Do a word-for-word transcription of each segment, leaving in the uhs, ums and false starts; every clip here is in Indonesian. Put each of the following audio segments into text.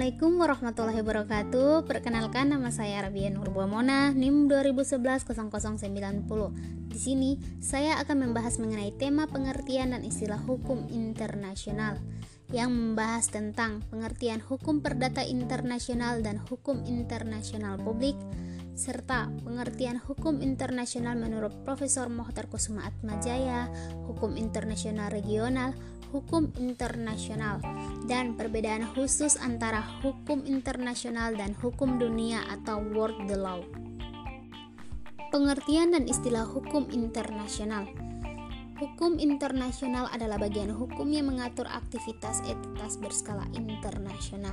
Assalamualaikum warahmatullahi wabarakatuh. Perkenalkan, nama saya Rabiah Nur Buamona, N I M dua ribu sebelas nol nol sembilan nol. Di sini saya akan membahas mengenai tema pengertian dan istilah hukum internasional yang membahas tentang pengertian hukum perdata internasional dan hukum internasional publik, serta pengertian hukum internasional menurut Profesor Mokhtar Kusuma Atmajaya, hukum internasional regional, hukum internasional, dan perbedaan khusus antara hukum internasional dan hukum dunia atau world law. Pengertian dan istilah hukum internasional. Hukum internasional adalah bagian hukum yang mengatur aktivitas entitas berskala internasional.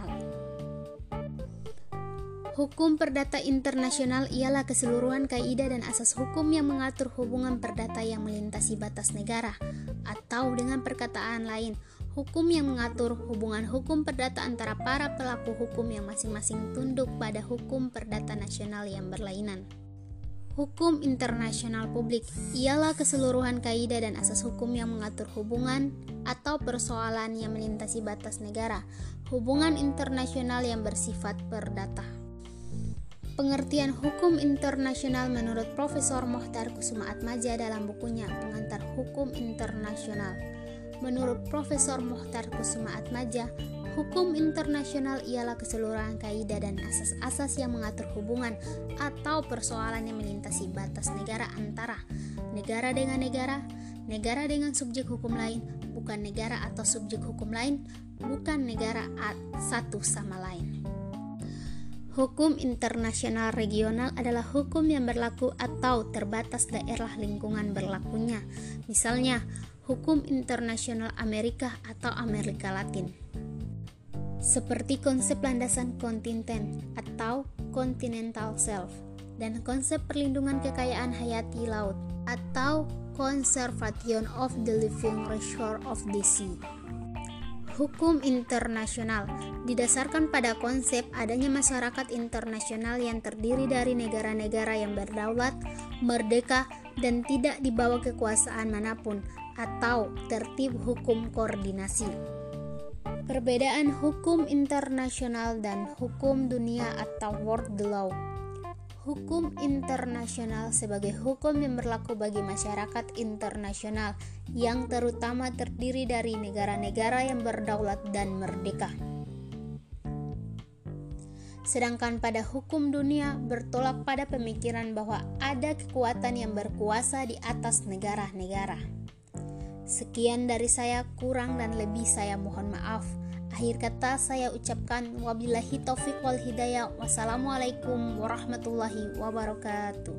Hukum perdata internasional ialah keseluruhan kaidah dan asas hukum yang mengatur hubungan perdata yang melintasi batas negara, atau dengan perkataan lain, hukum yang mengatur hubungan hukum perdata antara para pelaku hukum yang masing-masing tunduk pada hukum perdata nasional yang berlainan. Hukum internasional publik ialah keseluruhan kaidah dan asas hukum yang mengatur hubungan atau persoalan yang melintasi batas negara, hubungan internasional yang bersifat perdata. Pengertian hukum internasional menurut Profesor Mokhtar Kusuma Atmaja dalam bukunya Pengantar Hukum Internasional. Menurut Profesor Mokhtar Kusuma Atmaja, hukum internasional ialah keseluruhan kaidah dan asas-asas yang mengatur hubungan atau persoalan yang melintasi batas negara antara negara dengan negara, negara dengan subjek hukum lain, bukan negara atau subjek hukum lain, bukan negara satu sama lain. Hukum internasional regional adalah hukum yang berlaku atau terbatas daerah lingkungan berlakunya. Misalnya, hukum internasional Amerika atau Amerika Latin. Seperti konsep landasan kontinen atau continental shelf dan konsep perlindungan kekayaan hayati laut atau conservation of the living resource of the sea. Hukum internasional didasarkan pada konsep adanya masyarakat internasional yang terdiri dari negara-negara yang berdaulat, merdeka, dan tidak dibawa kekuasaan manapun atau tertib hukum koordinasi. Perbedaan hukum internasional dan hukum dunia atau world law. Hukum internasional sebagai hukum yang berlaku bagi masyarakat internasional yang terutama terdiri dari negara-negara yang berdaulat dan merdeka. Sedangkan pada hukum dunia bertolak pada pemikiran bahwa ada kekuatan yang berkuasa di atas negara-negara. Sekian dari saya, kurang dan lebih saya mohon maaf. Akhir kata saya ucapkan wabillahi taufiq wal hidayah. Wassalamualaikum warahmatullahi wabarakatuh.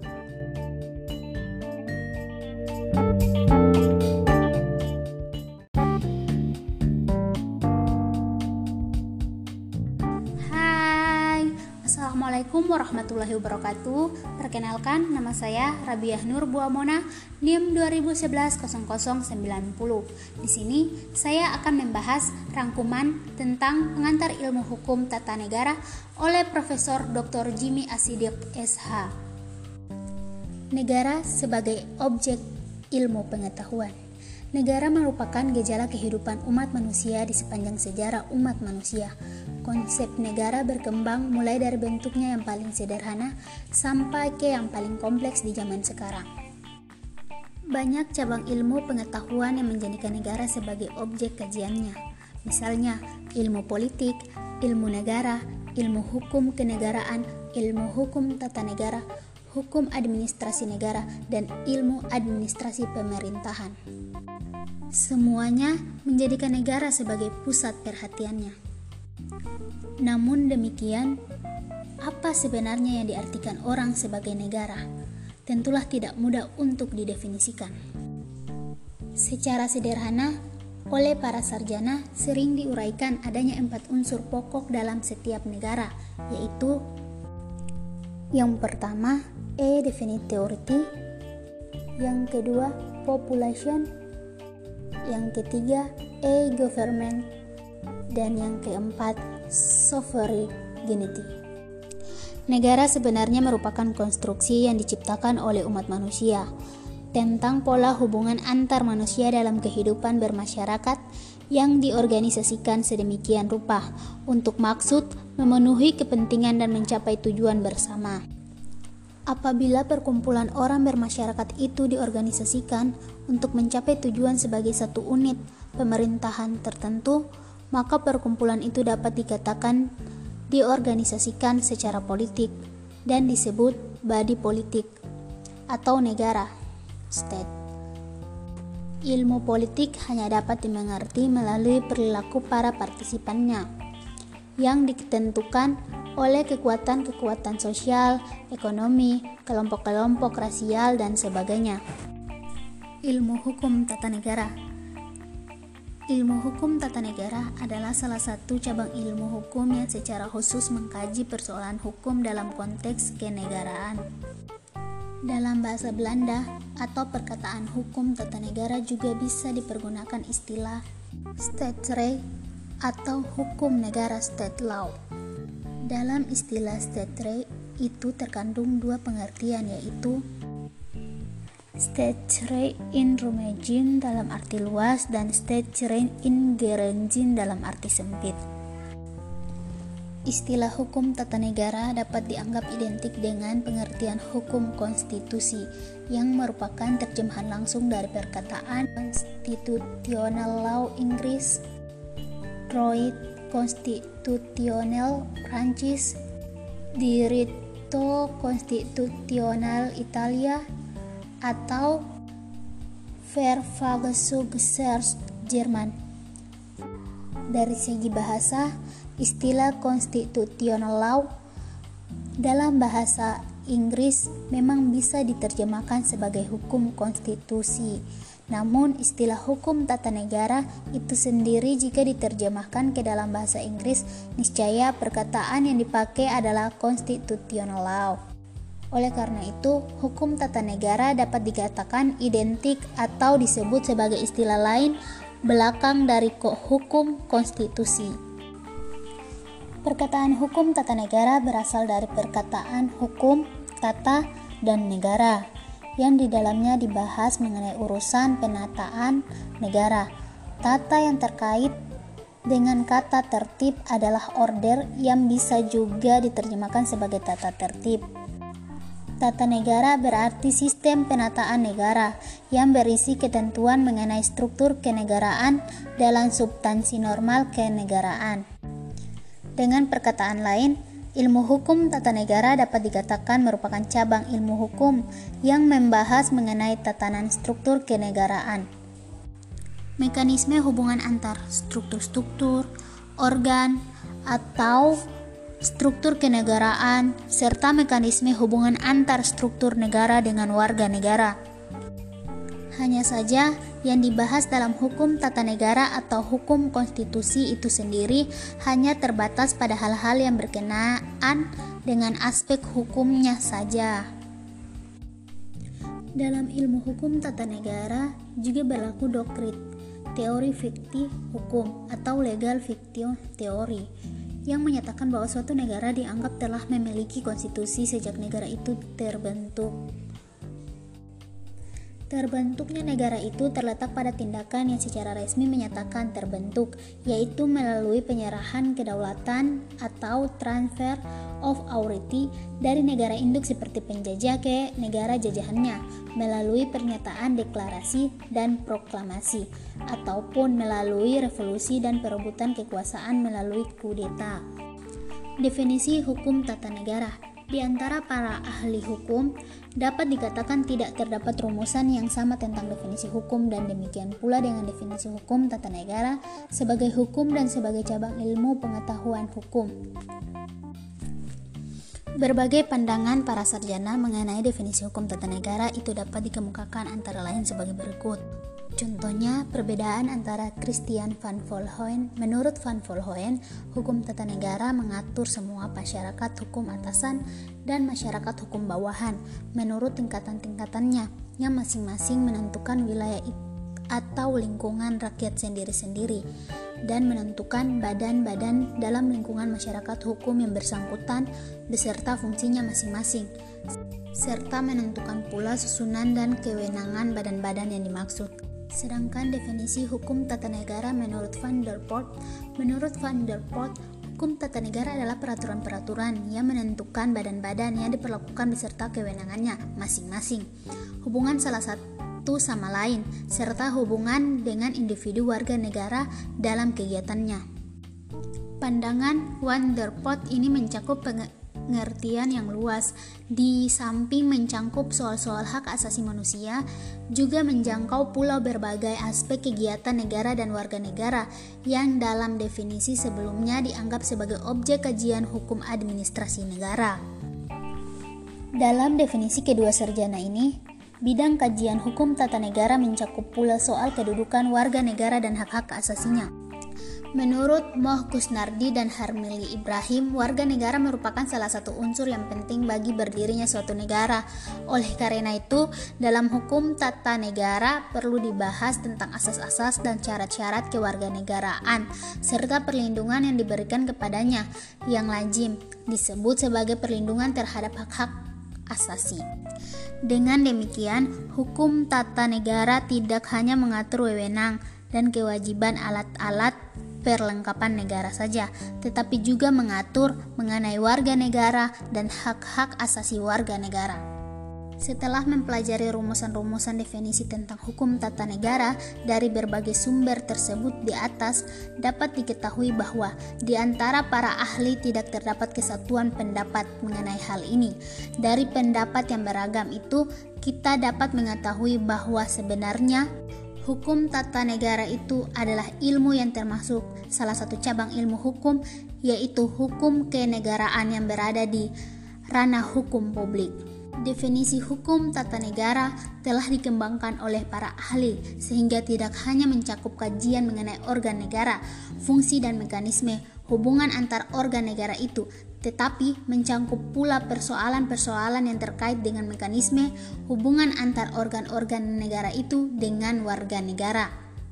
Assalamualaikum warahmatullahi wabarakatuh. Perkenalkan, nama saya Rabiah Nur Buamona, N I M dua ribu sebelas nol nol sembilan nol. Di sini saya akan membahas rangkuman tentang pengantar ilmu hukum tata negara oleh Profesor Doktor Jimmy Asidik S H. Negara sebagai objek ilmu pengetahuan. Negara merupakan gejala kehidupan umat manusia di sepanjang sejarah umat manusia. Konsep negara berkembang mulai dari bentuknya yang paling sederhana sampai ke yang paling kompleks di zaman sekarang. Banyak cabang ilmu pengetahuan yang menjadikan negara sebagai objek kajiannya. Misalnya, ilmu politik, ilmu negara, ilmu hukum kenegaraan, ilmu hukum tata negara, hukum administrasi negara, dan ilmu administrasi pemerintahan. Semuanya menjadikan negara sebagai pusat perhatiannya. Namun demikian, apa sebenarnya yang diartikan orang sebagai negara? Tentulah tidak mudah untuk didefinisikan. Secara sederhana, oleh para sarjana sering diuraikan adanya empat unsur pokok dalam setiap negara, yaitu yang pertama, E definite authority, yang kedua, population, yang ketiga, E government, dan yang keempat, sovereignty. Negara sebenarnya merupakan konstruksi yang diciptakan oleh umat manusia tentang pola hubungan antar manusia dalam kehidupan bermasyarakat yang diorganisasikan sedemikian rupa untuk maksud memenuhi kepentingan dan mencapai tujuan bersama. Apabila perkumpulan orang bermasyarakat itu diorganisasikan untuk mencapai tujuan sebagai satu unit pemerintahan tertentu, maka perkumpulan itu dapat dikatakan diorganisasikan secara politik dan disebut body politik atau negara, state. Ilmu politik hanya dapat dimengerti melalui perilaku para partisipannya yang ditentukan oleh kekuatan-kekuatan sosial, ekonomi, kelompok-kelompok rasial, dan sebagainya. Ilmu hukum tata negara. Ilmu hukum tata negara adalah salah satu cabang ilmu hukum yang secara khusus mengkaji persoalan hukum dalam konteks kenegaraan. Dalam bahasa Belanda atau perkataan hukum tata negara juga bisa dipergunakan istilah staatsrecht atau hukum negara, state law. Dalam istilah staatsrecht itu terkandung dua pengertian, yaitu staatsrecht in Rumegin dalam arti luas dan staatsrecht in Grenzen dalam arti sempit. Istilah hukum tata negara dapat dianggap identik dengan pengertian hukum konstitusi yang merupakan terjemahan langsung dari perkataan constitutional law Inggris, droit constitutionnel Prancis, diritto constitutionnel Italia, atau Verfassungsgesetz Jerman. Dari segi bahasa, istilah constitutional law dalam bahasa Inggris memang bisa diterjemahkan sebagai hukum konstitusi. Namun istilah hukum tata negara itu sendiri jika diterjemahkan ke dalam bahasa Inggris, niscaya perkataan yang dipakai adalah constitutional law. Oleh karena itu, hukum tata negara dapat dikatakan identik atau disebut sebagai istilah lain belakang dari hukum konstitusi. Perkataan hukum tata negara berasal dari perkataan hukum, tata, dan negara, yang di dalamnya dibahas mengenai urusan penataan negara. Tata yang terkait dengan kata tertib adalah order yang bisa juga diterjemahkan sebagai tata tertib. Tata negara berarti sistem penataan negara yang berisi ketentuan mengenai struktur kenegaraan dalam substansi normal kenegaraan. Dengan perkataan lain, ilmu hukum tata negara dapat dikatakan merupakan cabang ilmu hukum yang membahas mengenai tatanan struktur kenegaraan. Mekanisme hubungan antar struktur-struktur, organ, atau struktur kenegaraan, serta mekanisme hubungan antar struktur negara dengan warga negara. Hanya saja, yang dibahas dalam hukum tata negara atau hukum konstitusi itu sendiri hanya terbatas pada hal-hal yang berkenaan dengan aspek hukumnya saja. Dalam ilmu hukum tata negara juga berlaku doktrin, teori fiktif hukum atau legal fiction theory, yang menyatakan bahwa suatu negara dianggap telah memiliki konstitusi sejak negara itu terbentuk. Terbentuknya negara itu terletak pada tindakan yang secara resmi menyatakan terbentuk, yaitu melalui penyerahan kedaulatan atau transfer of authority dari negara induk seperti penjajah ke negara jajahannya, melalui pernyataan deklarasi dan proklamasi, ataupun melalui revolusi dan perebutan kekuasaan melalui kudeta. Definisi hukum tata negara di antara para ahli hukum dapat dikatakan tidak terdapat rumusan yang sama tentang definisi hukum, dan demikian pula dengan definisi hukum tata negara sebagai hukum dan sebagai cabang ilmu pengetahuan hukum. Berbagai pandangan para sarjana mengenai definisi hukum tata negara itu dapat dikemukakan antara lain sebagai berikut. Contohnya, perbedaan antara Christian van Volhoen. Menurut van Volhoen, hukum tata negara mengatur semua masyarakat hukum atasan dan masyarakat hukum bawahan menurut tingkatan-tingkatannya, yang masing-masing menentukan wilayah atau lingkungan rakyat sendiri-sendiri dan menentukan badan-badan dalam lingkungan masyarakat hukum yang bersangkutan beserta fungsinya masing-masing, serta menentukan pula susunan dan kewenangan badan-badan yang dimaksud. Sedangkan definisi hukum tata negara menurut Van der Poort, menurut Van der Poort, Hukum tata negara adalah peraturan-peraturan yang menentukan badan-badan yang diperlakukan beserta kewenangannya masing-masing, hubungan salah satu sama lain, serta hubungan dengan individu warga negara dalam kegiatannya. Pandangan Van der Pot ini mencakup pengertian yang luas, di samping mencangkup soal-soal hak asasi manusia, juga menjangkau pula berbagai aspek kegiatan negara dan warga negara yang dalam definisi sebelumnya dianggap sebagai objek kajian hukum administrasi negara. Dalam definisi kedua sarjana ini, bidang kajian hukum tata negara mencakup pula soal kedudukan warga negara dan hak-hak asasinya. Menurut Moh Kusnardi dan Harmili Ibrahim, warga negara merupakan salah satu unsur yang penting bagi berdirinya suatu negara. Oleh karena itu, dalam hukum tata negara perlu dibahas tentang asas-asas dan syarat-syarat kewarganegaraan, serta perlindungan yang diberikan kepadanya, yang lazim disebut sebagai perlindungan terhadap hak-hak asasi. Dengan demikian, hukum tata negara tidak hanya mengatur wewenang dan kewajiban alat-alat perlengkapan negara saja, tetapi juga mengatur mengenai warga negara dan hak-hak asasi warga negara. Setelah mempelajari rumusan-rumusan definisi tentang hukum tata negara dari berbagai sumber tersebut di atas, dapat diketahui bahwa di antara para ahli tidak terdapat kesatuan pendapat mengenai hal ini. Dari pendapat yang beragam itu, kita dapat mengetahui bahwa sebenarnya hukum tata negara itu adalah ilmu yang termasuk salah satu cabang ilmu hukum, yaitu hukum kenegaraan yang berada di ranah hukum publik. Definisi hukum tata negara telah dikembangkan oleh para ahli sehingga tidak hanya mencakup kajian mengenai organ negara, fungsi dan mekanisme hubungan antar organ negara itu, tetapi mencangkup pula persoalan-persoalan yang terkait dengan mekanisme hubungan antar organ-organ negara itu dengan warga negara.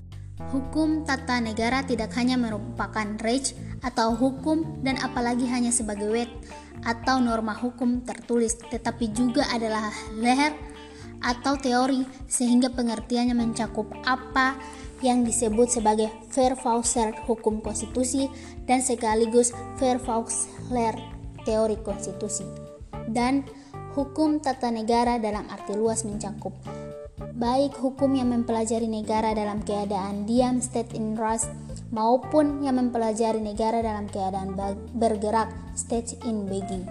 Hukum tata negara tidak hanya merupakan Recht atau hukum dan apalagi hanya sebagai wet atau norma hukum tertulis, tetapi juga adalah Lehr atau teori, sehingga pengertiannya mencakup apa yang disebut sebagai Verfassung hukum konstitusi dan sekaligus Verfassung teori konstitusi. Dan hukum tata negara dalam arti luas mencakup baik hukum yang mempelajari negara dalam keadaan diam state in rest maupun yang mempelajari negara dalam keadaan bergerak state in being.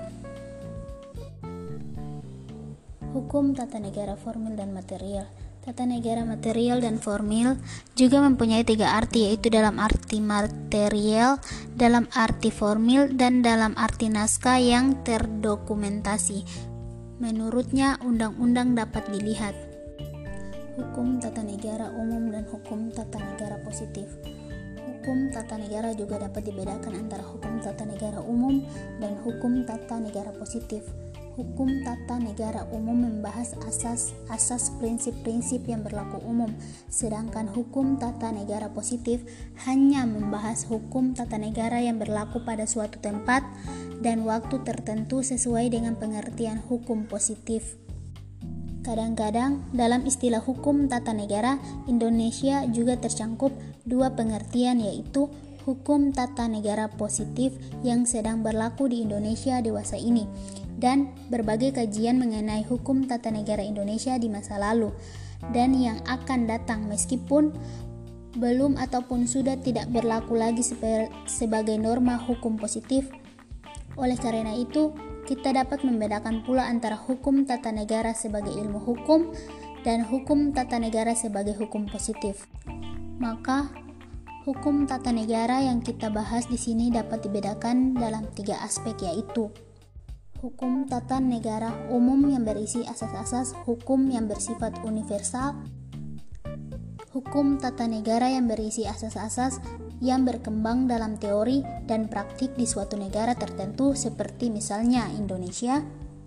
Hukum tata negara formil dan material. Tata negara material dan formil juga mempunyai tiga arti, yaitu dalam arti material, dalam arti formil, dan dalam arti naskah yang terdokumentasi. Menurutnya, undang-undang dapat dilihat hukum tata negara umum dan hukum tata negara positif. Hukum tata negara juga dapat dibedakan antara hukum tata negara umum dan hukum tata negara positif. Hukum tata negara umum membahas asas-asas prinsip-prinsip yang berlaku umum, sedangkan hukum tata negara positif hanya membahas hukum tata negara yang berlaku pada suatu tempat dan waktu tertentu sesuai dengan pengertian hukum positif. Kadang-kadang dalam istilah hukum tata negara Indonesia juga tercangkup dua pengertian, yaitu hukum tata negara positif yang sedang berlaku di Indonesia dewasa ini dan berbagai kajian mengenai hukum tata negara Indonesia di masa lalu dan yang akan datang, meskipun belum ataupun sudah tidak berlaku lagi sebagai norma hukum positif. Oleh karena itu, kita dapat membedakan pula antara hukum tata negara sebagai ilmu hukum dan hukum tata negara sebagai hukum positif. Maka, hukum tata negara yang kita bahas di sini dapat dibedakan dalam tiga aspek, yaitu hukum tata negara umum yang berisi asas-asas hukum yang bersifat universal, hukum tata negara yang berisi asas-asas yang berkembang dalam teori dan praktik di suatu negara tertentu seperti misalnya Indonesia,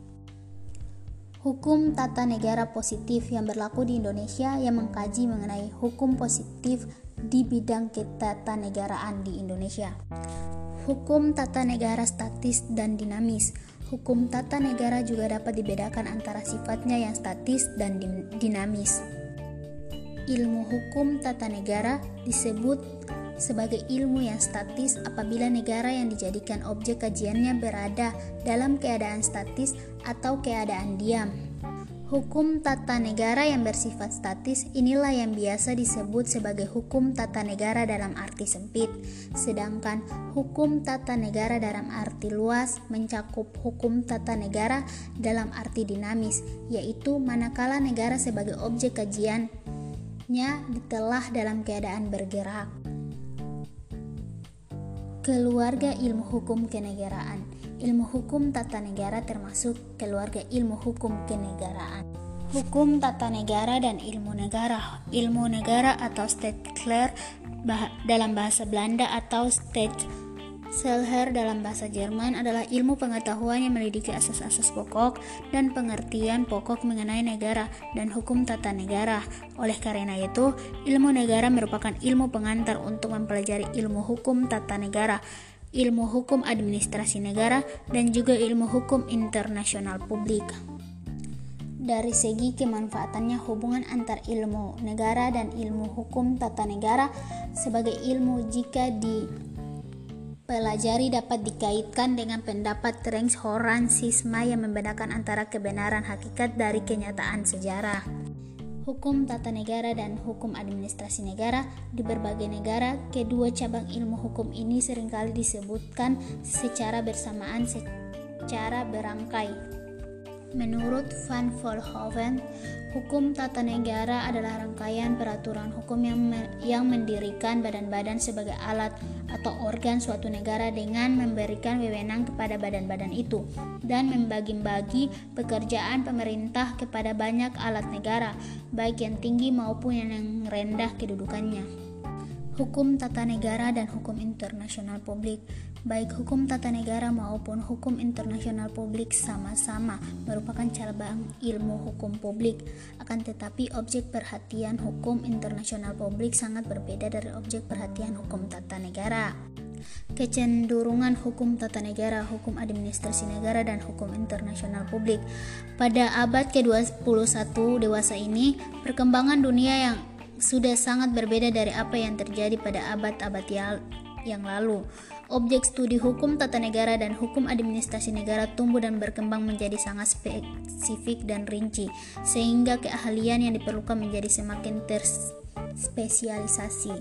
hukum tata negara positif yang berlaku di Indonesia yang mengkaji mengenai hukum positif di bidang ketatanegaraan di Indonesia, hukum tata negara statis dan dinamis. Hukum tata negara juga dapat dibedakan antara sifatnya yang statis dan dinamis. Ilmu hukum tata negara disebut sebagai ilmu yang statis apabila negara yang dijadikan objek kajiannya berada dalam keadaan statis atau keadaan diam. Hukum tata negara yang bersifat statis inilah yang biasa disebut sebagai hukum tata negara dalam arti sempit, sedangkan hukum tata negara dalam arti luas mencakup hukum tata negara dalam arti dinamis, yaitu manakala negara sebagai objek kajiannya ditelah dalam keadaan bergerak. Keluarga ilmu hukum kenegaraan. Ilmu hukum tata negara termasuk keluarga ilmu hukum kenegaraan. Hukum tata negara dan ilmu negara. Ilmu negara atau Staatsrecht bah- dalam bahasa Belanda atau Staatsrecht dalam bahasa Jerman adalah ilmu pengetahuan yang melidiki asas-asas pokok dan pengertian pokok mengenai negara dan hukum tata negara. Oleh karena itu, ilmu negara merupakan ilmu pengantar untuk mempelajari ilmu hukum tata negara, ilmu hukum administrasi negara, dan juga ilmu hukum internasional publik. Dari segi kemanfaatannya, hubungan antar ilmu negara dan ilmu hukum tata negara sebagai ilmu jika dipelajari dapat dikaitkan dengan pendapat Rengs Horan Sisma yang membedakan antara kebenaran hakikat dari kenyataan sejarah. Hukum tata negara dan hukum administrasi negara. Di berbagai negara, kedua cabang ilmu hukum ini seringkali disebutkan secara bersamaan secara berangkai. Menurut Van Vollenhoven, hukum tata negara adalah rangkaian peraturan hukum yang me- yang mendirikan badan-badan sebagai alat atau organ suatu negara dengan memberikan wewenang kepada badan-badan itu dan membagi-bagi pekerjaan pemerintah kepada banyak alat negara, baik yang tinggi maupun yang rendah kedudukannya. Hukum tata negara dan hukum internasional publik. Baik hukum tata negara maupun hukum internasional publik sama-sama merupakan cabang ilmu hukum publik. Akan tetapi objek perhatian hukum internasional publik sangat berbeda dari objek perhatian hukum tata negara. Kecenderungan hukum tata negara, hukum administrasi negara, dan hukum internasional publik. Pada abad ke dua puluh satu dewasa ini, perkembangan dunia yang sudah sangat berbeda dari apa yang terjadi pada abad-abad yang lalu. Objek studi hukum tata negara dan hukum administrasi negara tumbuh dan berkembang menjadi sangat spesifik dan rinci, sehingga keahlian yang diperlukan menjadi semakin terspesialisasi.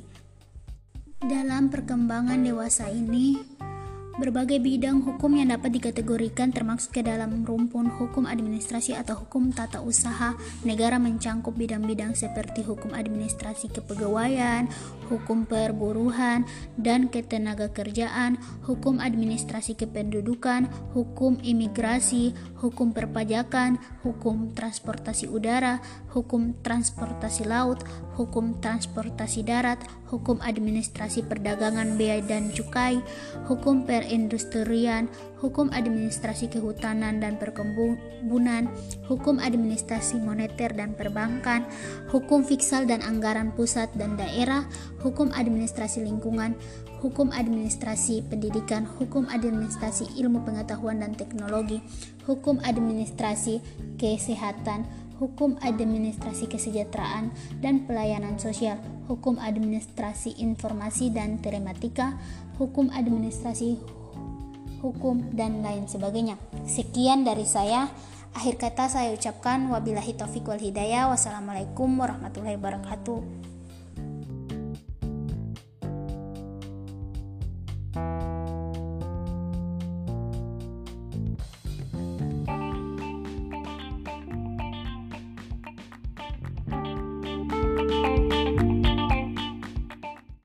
Dalam perkembangan dewasa ini, berbagai bidang hukum yang dapat dikategorikan termasuk ke dalam rumpun hukum administrasi atau hukum tata usaha negara mencangkup bidang-bidang seperti hukum administrasi kepegawaian, hukum perburuhan dan ketenagakerjaan, hukum administrasi kependudukan, hukum imigrasi, hukum perpajakan, hukum transportasi udara, hukum transportasi laut, hukum transportasi darat, hukum administrasi perdagangan bea dan cukai, hukum perindustrian, hukum administrasi kehutanan dan perkebunan, hukum administrasi moneter dan perbankan, hukum fiskal dan anggaran pusat dan daerah, hukum administrasi lingkungan, hukum administrasi pendidikan, hukum administrasi ilmu pengetahuan dan teknologi, hukum administrasi kesehatan, hukum administrasi kesejahteraan dan pelayanan sosial, hukum administrasi informasi dan telematika, hukum administrasi hukum, dan lain sebagainya. Sekian dari saya. Akhir kata saya ucapkan wabillahi taufiq wal hidayah. Wassalamualaikum warahmatullahi wabarakatuh.